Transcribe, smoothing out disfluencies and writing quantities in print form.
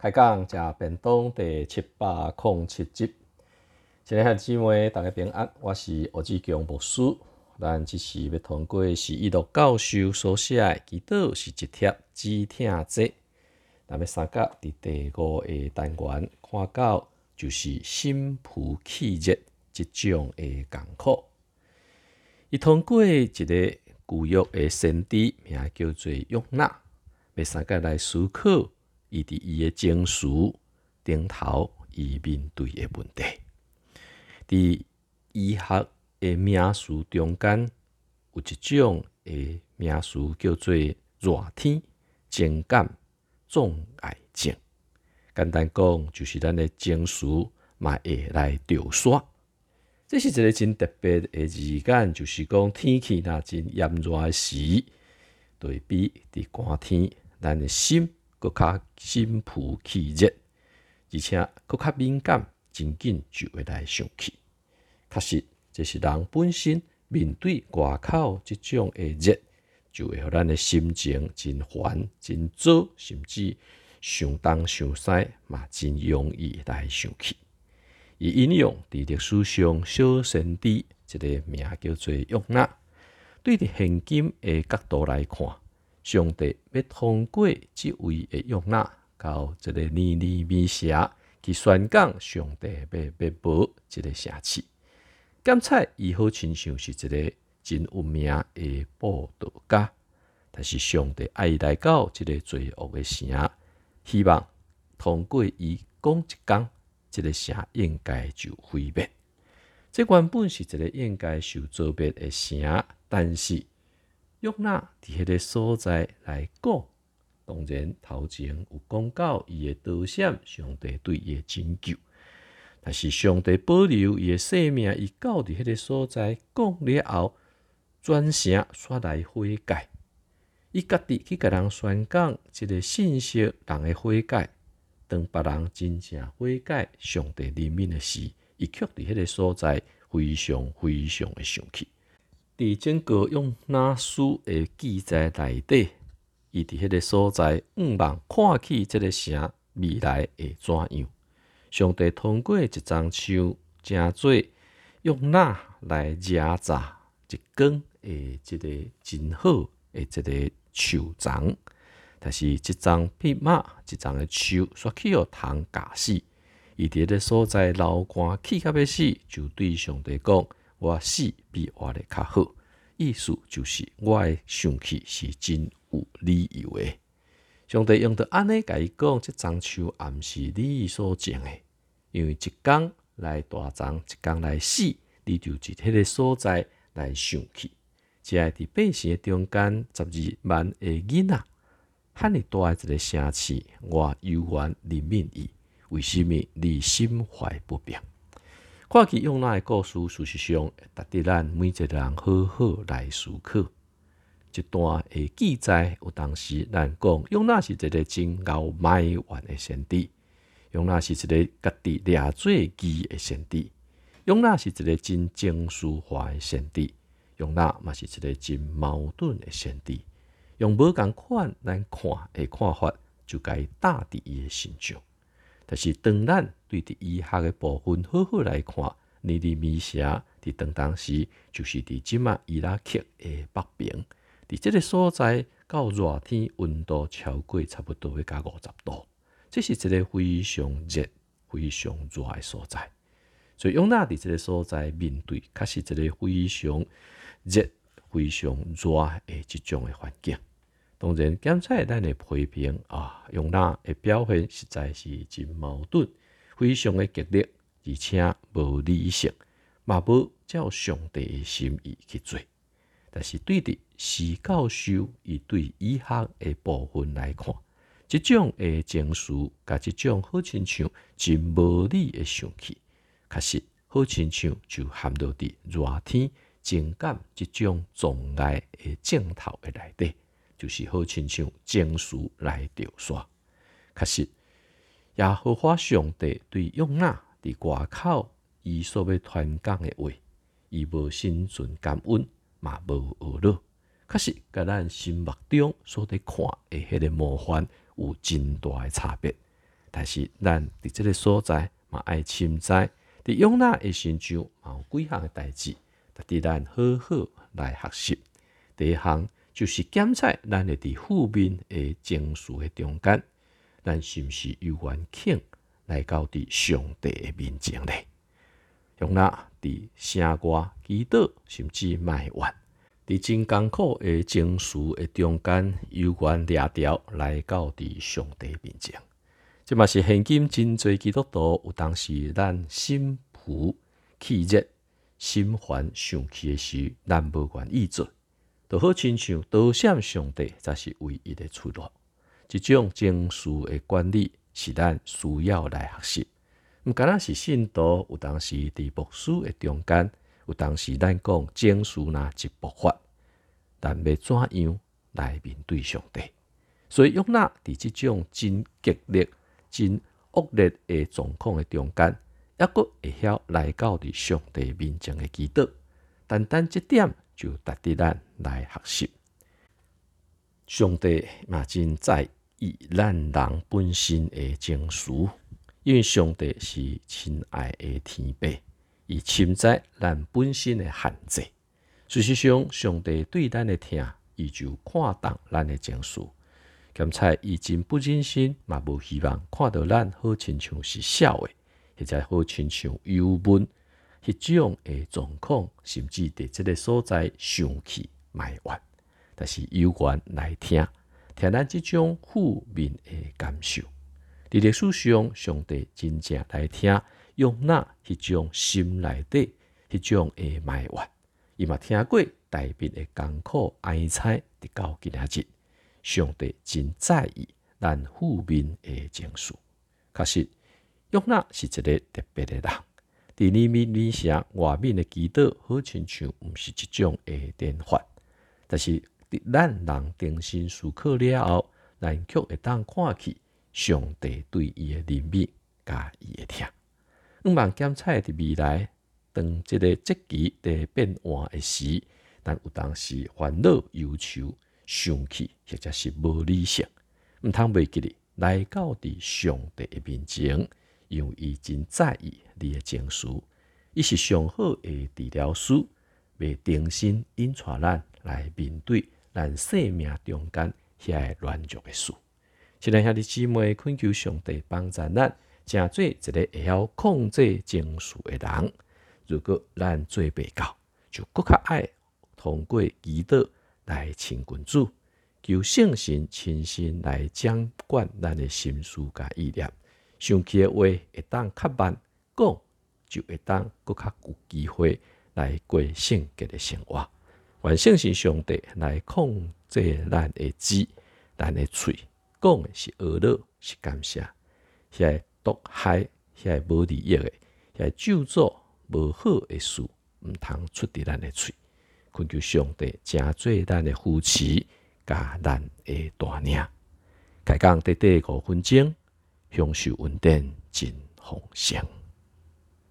开讲食便当第707集。亲爱的姊妹，大家平安，我是欧志强牧师。咱这是要通过是一路教授所写的祈祷是一帖止痛剂。咱要三甲伫第5个单元看到，就是心浮气热这种的艰苦。伊通过一个旧约的先知，名叫做约拿，要三甲来思考伊伫伊的情绪顶头伊面对的问题。伫医学的名词中间，有一种的名词叫做热天情感障碍症。简单讲，就是咱的情绪嘛会来着煞。这是一个真特别的字眼，就是讲天气若真炎热的时，就会比伫寒天，咱的心搁较心浮气热，而且搁较敏感，真紧就会来生气。确实，这是人本身面对外口这种的热，就会互咱的心情真烦、真躁，甚至想东想西，嘛真容易来生气。伊引用伫历史上小先知一个名叫做约拿，对伫现今的角度来看，上帝要通过这位的约拿，到一个尼尼微城去宣讲上帝要灭亡这个城市。检测伊好亲像是一个真有名的报道家，但是上帝爱来到这个罪恶的城，希望通过伊讲一讲，这个城应该就毁灭。这原本是一个应该受造灭的城，但是约拿伫迄个所在来讲，当然头前有讲到伊的道险，上帝对伊的拯救。但是上帝保留伊的性命，伊到伫迄个所在讲了后，转城煞来悔改。伊家己去甲人宣讲一个信息，人的悔改。当别人真正悔改上帝怜悯的时，伊却伫迄个所在非常非常的生气。伫整个约拿书的记载内底，伊伫迄个所在望看起这个城未来会怎样。上帝通过一张树，正做约拿来惹炸一根的一个真好的一个树丛，但是这张匹马，这张的树煞去互虫咬死。伊伫个所在流汗气到要死，就对上帝讲：“我死比活得较好。”意思就是我的生气是真有理由的。上帝用到安尼甲伊讲，这樟树也毋是你所种的，因为一天来大樟，一天来死，你就伫迄个所在来生气。只爱伫百姓中间12万的囡仔，遐尼大的一个城市，我犹原怜悯伊，为什么你心怀不平？看起约拿的故事，事实上会值得咱每一个人好好来思考。一段的记载，有当时咱讲约拿是一个真傲慢怨的先知，约拿是一个家己掠做义的先知，约拿是一个真情绪化的先知，约拿嘛是一个真矛盾的先知。用无共款咱看的看法，就该搭伫伊的身上。但是当咱对伫医学的部分好好来看，尼尼微城伫当时就是伫即马伊拉克的北边。伫这个所在，到热天温度超过差不多要加50度，这是一个非常热、非常热的所在。所以约拿伫这个所在面对，确实一个非常热、非常热的这种的环境。当然，检测咱的批评约拿的表现实在是真矛盾，非常的激烈，而且无理性，嘛无照上帝的心意去做。但是对伫施教授伊对医学的部分来看，这种的情绪甲这种好亲像真无理的生气，确实好亲像就含到伫热天情感这种障碍的症头的内底，就是好亲像情绪来着煞。确实，耶和华上帝对约拿伫外口伊所要传讲的话，伊无心存感恩。嘛无学乐，确实甲咱心目中所伫看的迄个模范有真大的差别。 但是咱伫即个所在嘛爱深知，伫用那的身上嘛有几项的代志，值得咱好好来学习。第一项就是检测咱会伫负面的情绪的中间，咱是毋是有愿肯来到伫上帝的面前呢？用那伫声歌、祈祷，甚至埋怨，伫真艰苦的情绪的中间，有愿掠条来到伫上帝面前。这嘛是现今真侪基督徒有当时咱心浮气热、心烦上气的时，咱无愿意做，就好亲像逃闪上帝才是唯一的出路。这种情绪的管理是咱需要来学习。毋敢若是信徒，有当时伫牧师的中间，有当时咱讲情绪若一爆发，但要怎样来面对上帝？所以约拿伫即种真激烈、真恶劣的状况的中间，抑阁会晓来到伫上帝面前的祈祷。单单这点就值得咱来学习。上帝嘛真在意咱人本身的情绪。因为上帝是亲爱的天父，伊深知咱本身的限制。事实上，上帝对咱的疼，伊就看重咱的情绪。兼且伊真不忍心，嘛无希望看到咱好亲像是笑的，或者好亲像忧闷，迄种的状况，甚至伫这个所在生气埋怨。但是有缘来听咱这种负面的感受。伫历史上，上帝真正来听用那迄种心内底迄种的埋怨，伊嘛听过大笔的艰苦哀哉，直到今仔日，上帝真在意咱负面的情绪。确实，约拿是一个特别的人，伫里面里城外面的祈祷，好亲像毋是一种的典范，但是咱人定心思考了后，咱却会当看去。上帝对伊的怜悯，甲伊的疼，毋茫检测伫未来，当即个节期在变换的时，咱有当时烦恼、忧愁、生气，或者是无理性，毋通袂记哩来到伫上帝的面前，因为伊真在意你的情绪，伊是上好的治疗师，要重新引带咱来面对咱生命中间遐个软弱的事。亲爱兄弟姊妹，恳求上帝帮助咱，成做一个会晓控制情绪的人。如果咱做袂到，就更较爱通过祈祷来亲近主，求圣神亲身来掌管咱的心思甲意念。生气的话会当较慢讲，就会当更较有机会来过圣洁的生活。愿圣神上帝来控制咱的嘴、咱的嘴。讲的是恶乐，是感谢，遐个毒害，遐个无利益的，遐个咒诅无好的事，毋通出伫咱的嘴。恳求上帝成做咱的扶持，甲咱的大领。开讲短短5分钟，享受稳定真丰盛。